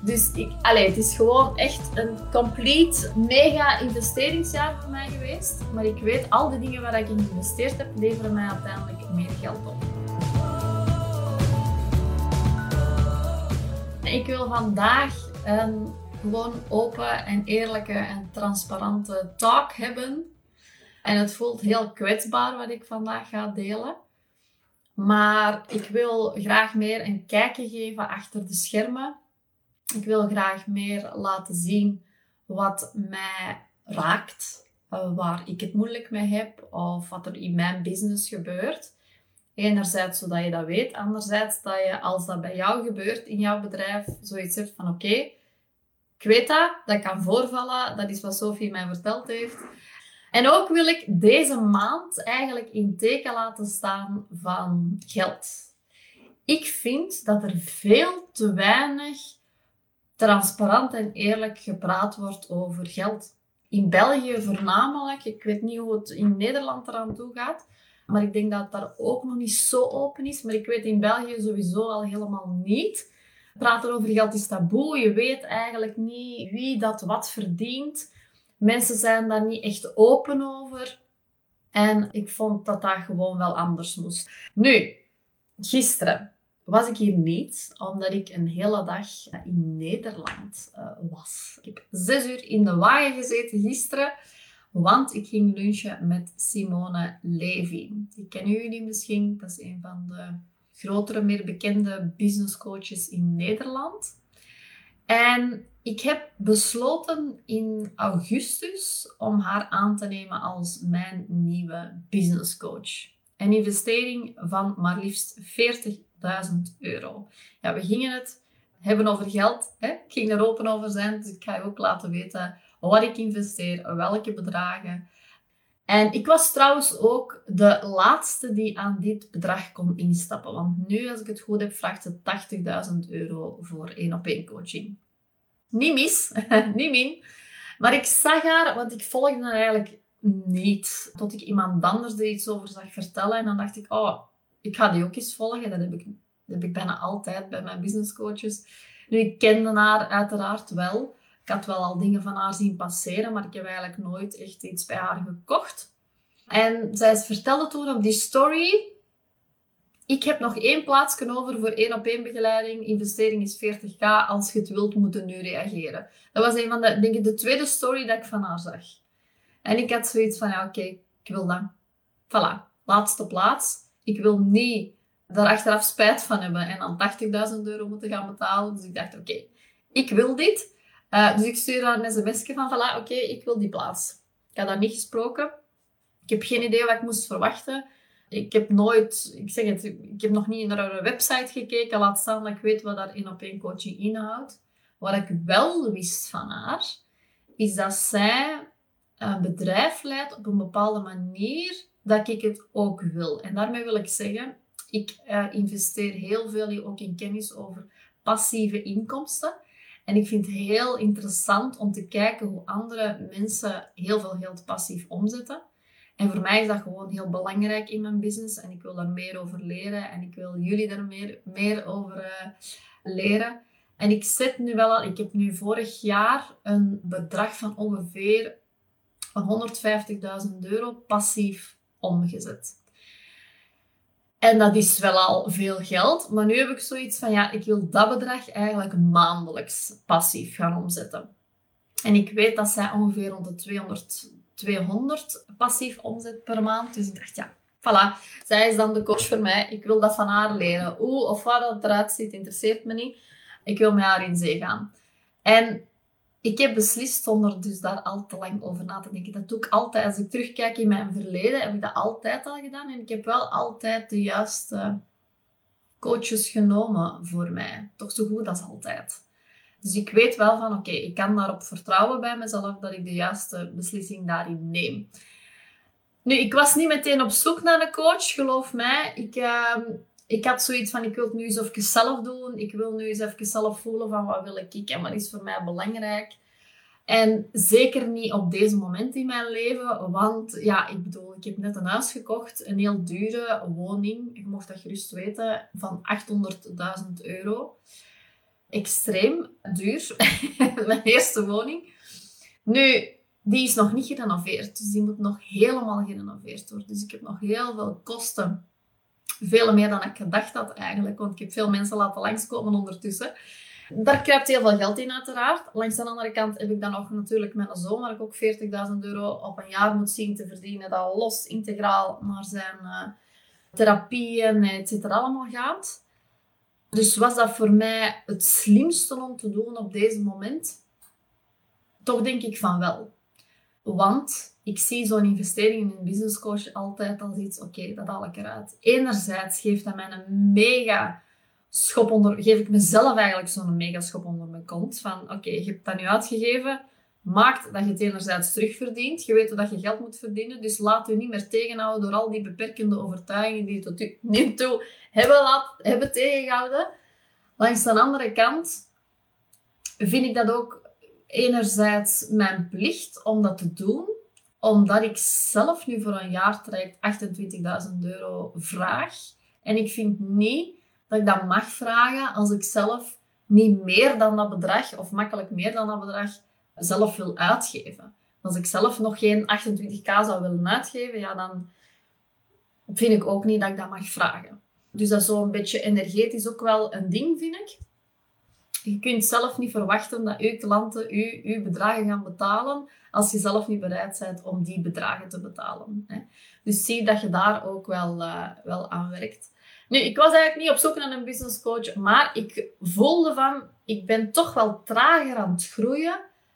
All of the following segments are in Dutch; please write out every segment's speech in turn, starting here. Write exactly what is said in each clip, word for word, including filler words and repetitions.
Dus ik, allez, het is gewoon echt een complete mega investeringsjaar voor mij geweest. Maar ik weet, al die dingen waar ik in geïnvesteerd heb, leveren mij uiteindelijk meer geld op. Ik wil vandaag een gewoon open en eerlijke en transparante talk hebben. En het voelt heel kwetsbaar wat ik vandaag ga delen. Maar ik wil graag meer een kijkje geven achter de schermen. Ik wil graag meer laten zien wat mij raakt, waar ik het moeilijk mee heb of wat er in mijn business gebeurt. Enerzijds zodat je dat weet, anderzijds dat je als dat bij jou gebeurt in jouw bedrijf zoiets hebt van oké, okay, ik weet dat, dat kan voorvallen, dat is wat Sophie mij verteld heeft. En ook wil ik deze maand eigenlijk in teken laten staan van geld. Ik vind dat er veel te weinig transparant en eerlijk gepraat wordt over geld. In België voornamelijk, ik weet niet hoe het in Nederland eraan toe gaat, maar ik denk dat het daar ook nog niet zo open is. Maar ik weet in België sowieso al helemaal niet. Praten over geld is taboe, je weet eigenlijk niet wie dat wat verdient. Mensen zijn daar niet echt open over. En ik vond dat dat gewoon wel anders moest. Nu, gisteren was ik hier niet, omdat ik een hele dag in Nederland uh, was. Ik heb zes uur in de wagen gezeten gisteren, want ik ging lunchen met Simone Levy. Die kennen jullie misschien. Dat is een van de grotere, meer bekende businesscoaches in Nederland. En ik heb besloten in augustus om haar aan te nemen als mijn nieuwe businesscoach. Een investering van maar liefst veertigduizend euro. Ja, we gingen het hebben over geld. Hè? Ik ging er open over zijn, dus ik ga je ook laten weten wat ik investeer, welke bedragen. En ik was trouwens ook de laatste die aan dit bedrag kon instappen. Want nu, als ik het goed heb, vraagt ze tachtigduizend euro voor één op één coaching. Niet mis, niet min. Maar ik zag haar, want ik volgde haar eigenlijk niet. Tot ik iemand anders er iets over zag vertellen. En dan dacht ik, oh, ik ga die ook eens volgen. Dat heb ik, dat heb ik bijna altijd bij mijn businesscoaches. Nu, ik kende haar uiteraard wel. Ik had wel al dingen van haar zien passeren, maar ik heb eigenlijk nooit echt iets bij haar gekocht. En zij vertelde toen op die story, ik heb nog één plaatsje over voor één op één begeleiding. Investering is veertig k. Als je het wilt, moet je nu reageren. Dat was een van de, denk ik, de tweede story dat ik van haar zag. En ik had zoiets van, ja, oké, okay, ik wil dat. Voilà, laatste plaats. Ik wil niet daar achteraf spijt van hebben en dan tachtigduizend euro moeten gaan betalen. Dus ik dacht, oké, okay, ik wil dit. Uh, dus ik stuur haar een sms'je van, voilà, oké, okay, ik wil die plaats. Ik had dat niet gesproken. Ik heb geen idee wat ik moest verwachten. Ik heb nooit, ik zeg het, ik heb nog niet naar haar website gekeken. Laat staan dat ik weet wat daar één op één coaching inhoudt. Wat ik wel wist van haar, is dat zij een bedrijf leidt op een bepaalde manier dat ik het ook wil. En daarmee wil ik zeggen, ik uh, investeer heel veel ook in kennis over passieve inkomsten. En ik vind het heel interessant om te kijken hoe andere mensen heel veel geld passief omzetten. En voor mij is dat gewoon heel belangrijk in mijn business. En ik wil daar meer over leren. En ik wil jullie daar meer, meer over uh, leren. En ik zet nu wel al... Ik heb nu vorig jaar een bedrag van ongeveer honderdvijftigduizend euro passief omgezet. En dat is wel al veel geld. Maar nu heb ik zoiets van, ja, ik wil dat bedrag eigenlijk maandelijks passief gaan omzetten. En ik weet dat zij ongeveer rond de tweehonderd, tweehonderd passief omzet per maand. Dus ik dacht, ja, voilà. Zij is dan de coach voor mij. Ik wil dat van haar leren. Hoe of waar dat eruit ziet, interesseert me niet. Ik wil met haar in zee gaan. En ik heb beslist zonder dus daar al te lang over na te denken. Dat doe ik altijd. Als ik terugkijk in mijn verleden, heb ik dat altijd al gedaan. En ik heb wel altijd de juiste coaches genomen voor mij. Toch zo goed als altijd. Dus ik weet wel van, oké, okay, ik kan daarop vertrouwen bij mezelf dat ik de juiste beslissing daarin neem. Nu, ik was niet meteen op zoek naar een coach, geloof mij. Ik, uh, ik had zoiets van, ik wil het nu eens even zelf doen. Ik wil nu eens even zelf voelen van, wat wil ik en wat is voor mij belangrijk. En zeker niet op deze moment in mijn leven, want ja, ik bedoel, ik heb net een huis gekocht, een heel dure woning, je mocht dat gerust weten, van achthonderdduizend euro. extreem duur. Mijn eerste woning. Nu, die is nog niet gerenoveerd. Dus die moet nog helemaal gerenoveerd worden. Dus ik heb nog heel veel kosten. Veel meer dan ik gedacht had eigenlijk. Want ik heb veel mensen laten langskomen ondertussen. Daar kruipt heel veel geld in uiteraard. Langs de andere kant heb ik dan nog natuurlijk mijn zoon, waar ik ook veertigduizend euro op een jaar moet zien te verdienen. Dat los integraal naar zijn uh, therapieën, et cetera allemaal gaat. Dus was dat voor mij het slimste om te doen op deze moment? Toch denk ik van wel. Want ik zie zo'n investering in een business coach altijd als iets, oké, okay, dat haal ik eruit. Enerzijds geeft dat mij een mega schop onder... Geef ik mezelf eigenlijk zo'n mega schop onder mijn kont. Van, oké, okay, je hebt dat nu uitgegeven. Maakt dat je het enerzijds terugverdient. Je weet dat je geld moet verdienen. Dus laat je niet meer tegenhouden door al die beperkende overtuigingen die je tot nu toe hebben, laat, hebben tegengehouden. Langs de andere kant vind ik dat ook enerzijds mijn plicht om dat te doen. Omdat ik zelf nu voor een jaartraject achtentwintigduizend euro vraag. En ik vind niet dat ik dat mag vragen als ik zelf niet meer dan dat bedrag, of makkelijk meer dan dat bedrag, zelf wil uitgeven. Als ik zelf nog geen achtentwintig k zou willen uitgeven, ja, dan vind ik ook niet dat ik dat mag vragen. Dus dat is zo'n beetje energetisch ook wel een ding, vind ik. Je kunt zelf niet verwachten dat uw klanten u uw bedragen gaan betalen als je zelf niet bereid bent om die bedragen te betalen. Dus zie dat je daar ook wel, uh, wel aan werkt. Nu, ik was eigenlijk niet op zoek naar een business coach, maar ik voelde van, ik ben toch wel trager aan het groeien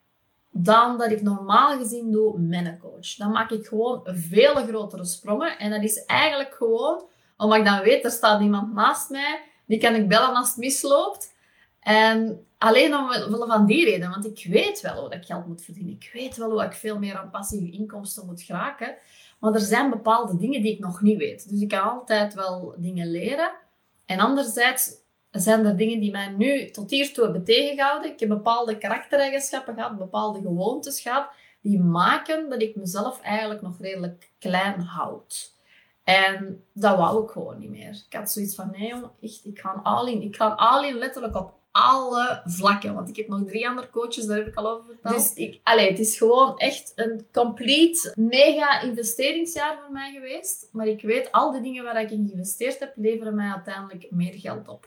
dan dat ik normaal gezien doe met een coach. Dan maak ik gewoon veel grotere sprongen. En dat is eigenlijk gewoon, omdat ik dan weet, er staat iemand naast mij, die kan ik bellen als het misloopt. En alleen omwille van die reden, want ik weet wel hoe ik geld moet verdienen. Ik weet wel hoe ik veel meer aan passieve inkomsten moet geraken. Maar er zijn bepaalde dingen die ik nog niet weet. Dus ik kan altijd wel dingen leren. En anderzijds zijn er dingen die mij nu tot hiertoe hebben tegengehouden. Ik heb bepaalde karaktereigenschappen gehad, bepaalde gewoontes gehad, die maken dat ik mezelf eigenlijk nog redelijk klein houd. En dat wou ik gewoon niet meer. Ik had zoiets van, nee jongen, echt, ik ga all in. Ik ga all in letterlijk op alle vlakken. Want ik heb nog drie andere coaches, daar heb ik al over verteld. Dus ik, allez, het is gewoon echt een complete mega investeringsjaar voor mij geweest. Maar ik weet, al de dingen waar ik in geïnvesteerd heb, leveren mij uiteindelijk meer geld op.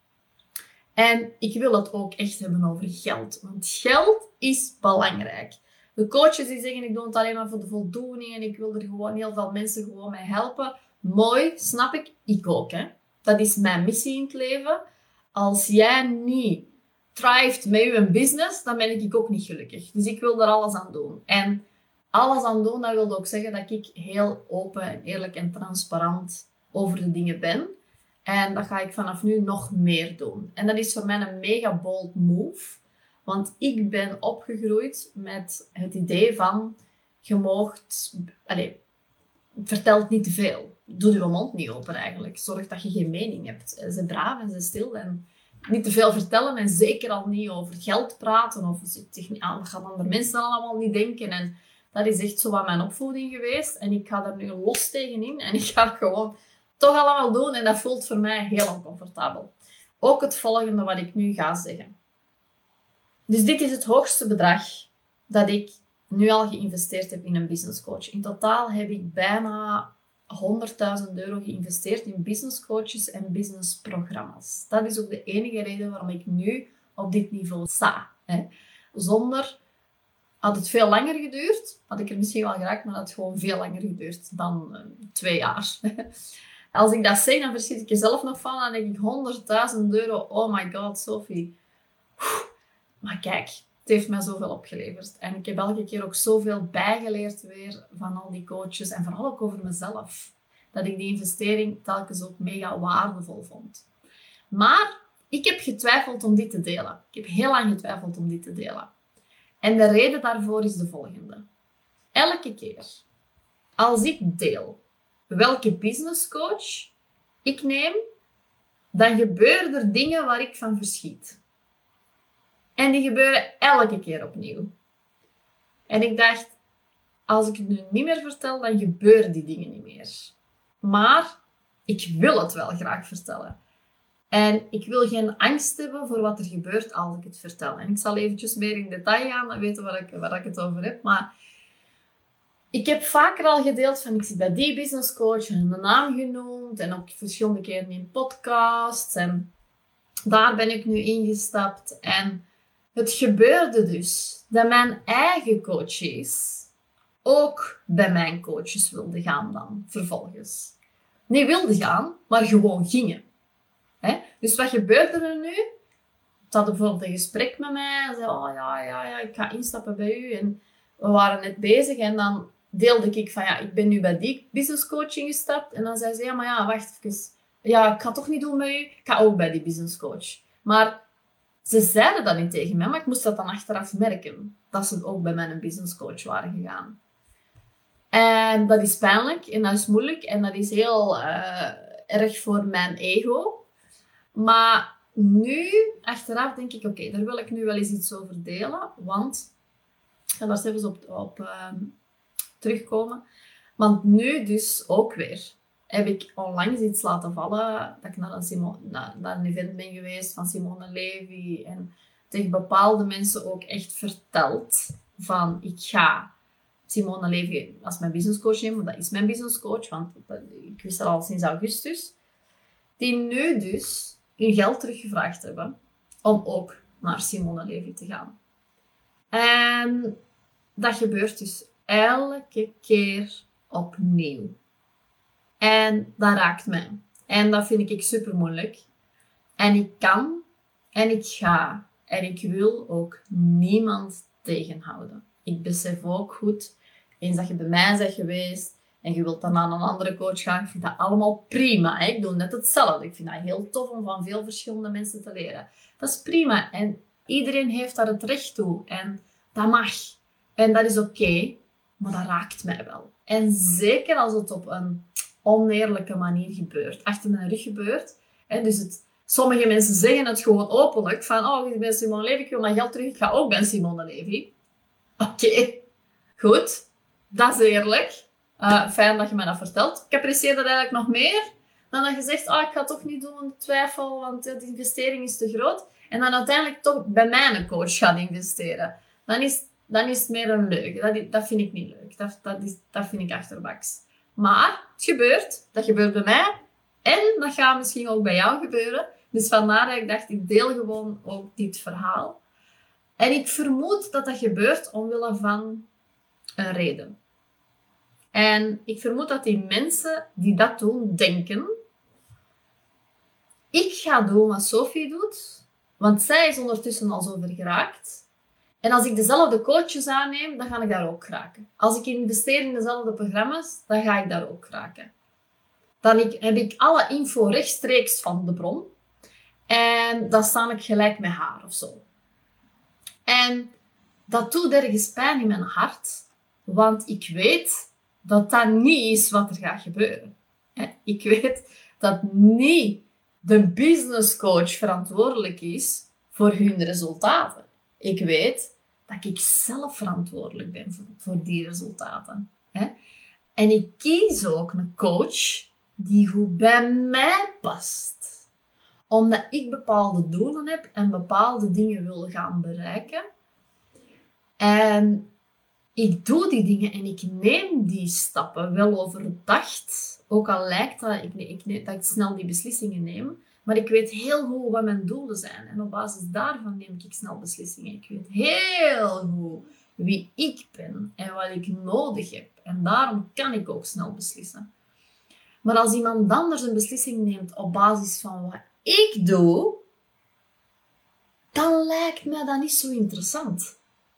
En ik wil het ook echt hebben over geld. Want geld is belangrijk. De coaches die zeggen, ik doe het alleen maar voor de voldoening en ik wil er gewoon heel veel mensen gewoon mee helpen. Mooi, snap ik. Ik ook, hè. Dat is mijn missie in het leven. Als jij niet thrived met je business, dan ben ik ook niet gelukkig. Dus ik wil er alles aan doen. En alles aan doen, dat wil ook zeggen dat ik heel open en eerlijk en transparant over de dingen ben. En dat ga ik vanaf nu nog meer doen. En dat is voor mij een mega bold move. Want ik ben opgegroeid met het idee van, je moogt, allez, vertelt niet te veel. Doe je mond niet open eigenlijk. Zorg dat je geen mening hebt. Ze braaf en ze stil en niet te veel vertellen. En zeker al niet over geld praten. Of zich niet aan, wat gaan andere mensen allemaal niet denken. En dat is echt zo wat mijn opvoeding geweest. En ik ga daar nu los tegenin. En ik ga het gewoon toch allemaal doen. En dat voelt voor mij heel oncomfortabel. Ook het volgende wat ik nu ga zeggen. Dus dit is het hoogste bedrag dat ik nu al geïnvesteerd heb in een business coach. In totaal heb ik bijna honderdduizend euro geïnvesteerd in business coaches en business programma's. Dat is ook de enige reden waarom ik nu op dit niveau sta. Hè. Zonder had het veel langer geduurd, had ik er misschien wel geraakt, maar had het gewoon veel langer geduurd dan uh, twee jaar. Als ik dat zeg, dan verschiet ik er zelf nog van. Dan denk ik honderdduizend euro, oh my god, Sophie. Maar kijk, het heeft mij zoveel opgeleverd. En ik heb elke keer ook zoveel bijgeleerd weer van al die coaches. En vooral ook over mezelf. Dat ik die investering telkens ook mega waardevol vond. Maar ik heb getwijfeld om dit te delen. Ik heb heel lang getwijfeld om dit te delen. En de reden daarvoor is de volgende. Elke keer als ik deel welke business coach ik neem, dan gebeuren er dingen waar ik van verschiet. En die gebeuren elke keer opnieuw. En ik dacht, als ik het nu niet meer vertel, dan gebeuren die dingen niet meer. Maar ik wil het wel graag vertellen. En ik wil geen angst hebben voor wat er gebeurt als ik het vertel. En ik zal eventjes meer in detail gaan, dan weten waar ik, waar ik het over heb. Maar ik heb vaker al gedeeld van ik zit bij die business coach en een naam genoemd. En ook verschillende keren in podcasts. En daar ben ik nu ingestapt. En het gebeurde dus dat mijn eigen coaches ook bij mijn coaches wilden gaan dan, vervolgens. Niet wilden gaan, maar gewoon gingen. He? Dus wat gebeurde er nu? Ze hadden bijvoorbeeld een gesprek met mij. En zei, oh ja, ja, ja, ik ga instappen bij u. En we waren net bezig. En dan deelde ik van, ja, ik ben nu bij die business coaching gestapt. En dan zei ze, ja, maar ja, wacht even. Ja, ik ga het toch niet doen met u. Ik ga ook bij die business coach. Maar ze zeiden dat niet tegen mij. Maar ik moest dat dan achteraf merken. Dat ze ook bij mijn business coach waren gegaan. En dat is pijnlijk. En dat is moeilijk. En dat is heel uh, erg voor mijn ego. Maar nu, achteraf, denk ik, oké, okay, daar wil ik nu wel eens iets over delen. Want, ik ga daar even op, op uh, terugkomen. Want nu dus ook weer heb ik onlangs iets laten vallen. Dat ik naar een, Simone, naar, naar een event ben geweest van Simone Levy. En tegen bepaalde mensen ook echt verteld van, ik ga Simone Levy als mijn businesscoach nemen. Dat is mijn businesscoach, want ik wist dat al sinds augustus. Die nu dus hun geld teruggevraagd hebben om ook naar Simone Levy te gaan. En dat gebeurt dus elke keer opnieuw. En dat raakt mij. En dat vind ik super moeilijk. En ik kan en ik ga en ik wil ook niemand tegenhouden. Ik besef ook goed, eens dat je bij mij bent geweest en je wilt dan aan een andere coach gaan, ik vind dat allemaal prima. Hè? Ik doe net hetzelfde. Ik vind dat heel tof om van veel verschillende mensen te leren. Dat is prima. En iedereen heeft daar het recht toe. En dat mag. En dat is oké. Okay, maar dat raakt mij wel. En zeker als het op een oneerlijke manier gebeurt. Achter mijn rug gebeurt. Hè? Dus het, sommige mensen zeggen het gewoon openlijk. Van, oh, ik ben Simone Levy, ik wil mijn geld terug. Ik ga ook bij Simone Levy. Oké. Okay. Goed. Dat is eerlijk. Uh, fijn dat je me dat vertelt. Ik apprecieer dat eigenlijk nog meer dan dat je zegt, oh, ik ga het toch niet doen, twijfel, want de investering is te groot. En dan uiteindelijk toch bij mij een coach gaat investeren. Dan is, dan is het meer een leugen. Dat, dat vind ik niet leuk. Dat, dat, is, dat vind ik achterbaks. Maar het gebeurt. Dat gebeurt bij mij. En dat gaat misschien ook bij jou gebeuren. Dus vandaar dat ik dacht, ik deel gewoon ook dit verhaal. En ik vermoed dat dat gebeurt omwille van een reden. En ik vermoed dat die mensen die dat doen, denken, ik ga doen wat Sophie doet, want zij is ondertussen al zo ver geraakt. En als ik dezelfde coaches aanneem, dan ga ik daar ook geraken. Als ik investeer in dezelfde programma's, dan ga ik daar ook geraken. Dan heb ik alle info rechtstreeks van de bron. En dan sta ik gelijk met haar of zo. En dat doet ergens pijn in mijn hart, want ik weet dat dat niet is wat er gaat gebeuren. Ik weet dat niet de business coach verantwoordelijk is voor hun resultaten. Ik weet dat ik zelf verantwoordelijk ben voor, voor die resultaten. En ik kies ook een coach die goed bij mij past. Omdat ik bepaalde doelen heb en bepaalde dingen wil gaan bereiken. En ik doe die dingen en ik neem die stappen wel overdacht. Ook al lijkt dat ik, ik, dat ik snel die beslissingen neem. Maar ik weet heel goed wat mijn doelen zijn. En op basis daarvan neem ik snel beslissingen. Ik weet heel goed wie ik ben en wat ik nodig heb. En daarom kan ik ook snel beslissen. Maar als iemand anders een beslissing neemt op basis van wat ik doe, dan lijkt mij dat niet zo interessant.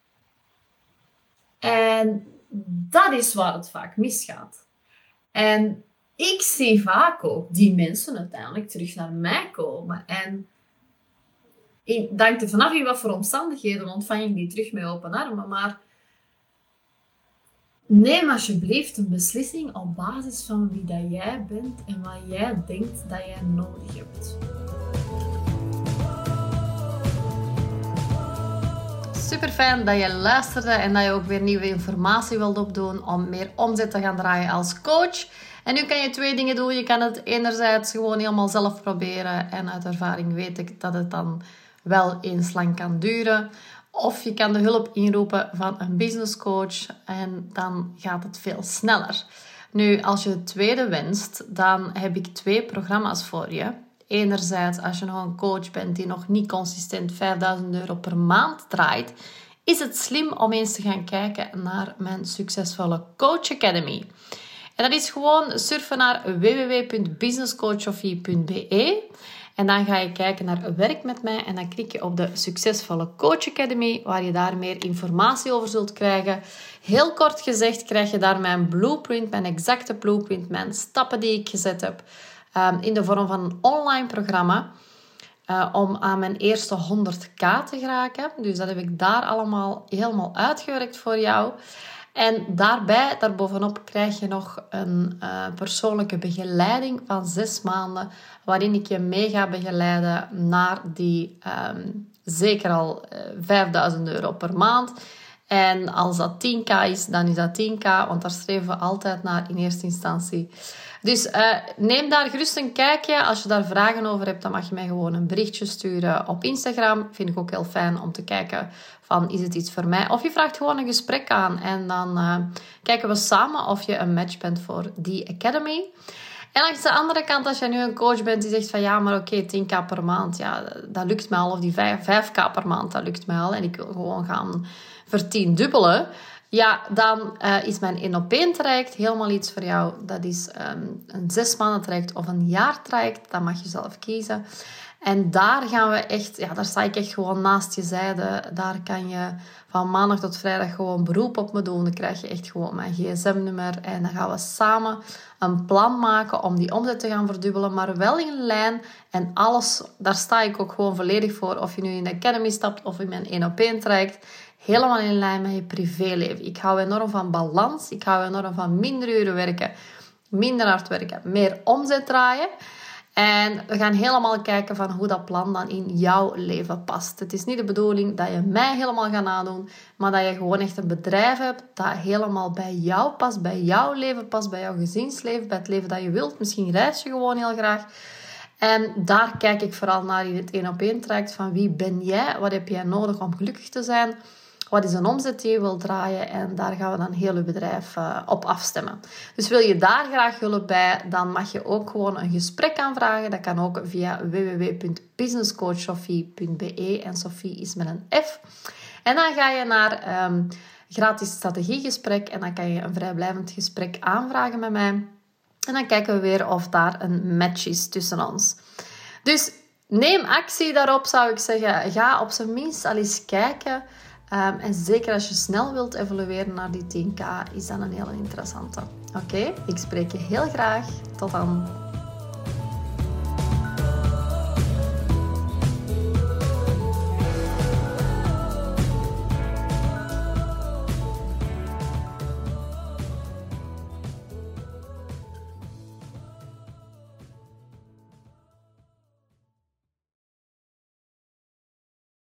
En dat is waar het vaak misgaat. En ik zie vaak ook die mensen uiteindelijk terug naar mij komen. En ik dank er vanaf in wat voor omstandigheden ontvang ik die terug met open armen. Maar neem alsjeblieft een beslissing op basis van wie dat jij bent en wat jij denkt dat jij nodig hebt. Super fijn dat je luisterde en dat je ook weer nieuwe informatie wilt opdoen om meer omzet te gaan draaien als coach. En nu kan je twee dingen doen. Je kan het enerzijds gewoon helemaal zelf proberen. En uit ervaring weet ik dat het dan wel eens lang kan duren. Of je kan de hulp inroepen van een business coach. En dan gaat het veel sneller. Nu, als je het tweede wenst, dan heb ik twee programma's voor je. Enerzijds, als je nog een coach bent die nog niet consistent vijfduizend euro per maand draait, is het slim om eens te gaan kijken naar mijn succesvolle Coach Academy. En dat is gewoon surfen naar w w w punt businesscoachsofie punt b e en dan ga je kijken naar Werk met mij en dan klik je op de succesvolle Coach Academy, waar je daar meer informatie over zult krijgen. Heel kort gezegd krijg je daar mijn blueprint, mijn exacte blueprint, mijn stappen die ik gezet heb, um, in de vorm van een online programma. Uh, om aan mijn eerste honderd k te geraken. Dus dat heb ik daar allemaal helemaal uitgewerkt voor jou. En daarbij, daarbovenop, krijg je nog een uh, persoonlijke begeleiding van zes maanden, waarin ik je mee ga begeleiden naar die um, zeker al uh, vijfduizend euro per maand. En als dat tien k is, dan is dat tien k, want daar streven we altijd naar in eerste instantie. Dus uh, neem daar gerust een kijkje. Als je daar vragen over hebt, dan mag je mij gewoon een berichtje sturen op Instagram. Vind ik ook heel fijn om te kijken van, is het iets voor mij? Of je vraagt gewoon een gesprek aan en dan uh, kijken we samen of je een match bent voor die Academy. En langs de andere kant, als je nu een coach bent die zegt van ja, maar oké, okay, tien k per maand, ja, dat lukt mij al. Of die vijf k per maand, dat lukt mij al. En ik wil gewoon gaan vertiendubbelen. Ja, dan uh, is mijn één op één traject helemaal iets voor jou. Dat is um, een zes maanden traject of een jaar traject. Dat mag je zelf kiezen. En daar gaan we echt, ja, daar sta ik echt gewoon naast je zijde. Daar kan je van maandag tot vrijdag gewoon beroep op me doen. Dan krijg je echt gewoon mijn gsm-nummer. En dan gaan we samen een plan maken om die omzet te gaan verdubbelen. Maar wel in lijn. En alles, daar sta ik ook gewoon volledig voor. Of je nu in de Academy stapt of in mijn één op één traject. Helemaal in lijn met je privéleven. Ik hou enorm van balans. Ik hou enorm van minder uren werken. Minder hard werken. Meer omzet draaien. En we gaan helemaal kijken van hoe dat plan dan in jouw leven past. Het is niet de bedoeling dat je mij helemaal gaat nadoen. Maar dat je gewoon echt een bedrijf hebt dat helemaal bij jou past. Bij jouw leven past. Bij jouw gezinsleven. Bij het leven dat je wilt. Misschien reis je gewoon heel graag. En daar kijk ik vooral naar in het één op één traject. Van wie ben jij? Wat heb jij nodig om gelukkig te zijn? Wat is een omzet die je wilt draaien? En daar gaan we dan heel je bedrijf uh, op afstemmen. Dus wil je daar graag hulp bij, dan mag je ook gewoon een gesprek aanvragen. Dat kan ook via w w w punt businesscoachsofie punt b e. En Sophie is met een F. En dan ga je naar um, gratis strategiegesprek. En dan kan je een vrijblijvend gesprek aanvragen met mij. En dan kijken we weer of daar een match is tussen ons. Dus neem actie daarop, zou ik zeggen. Ga op zijn minst al eens kijken. Um, en zeker als je snel wilt evolueren naar die tien k, is dat een hele interessante. Oké, okay? Ik spreek je heel graag. Tot dan.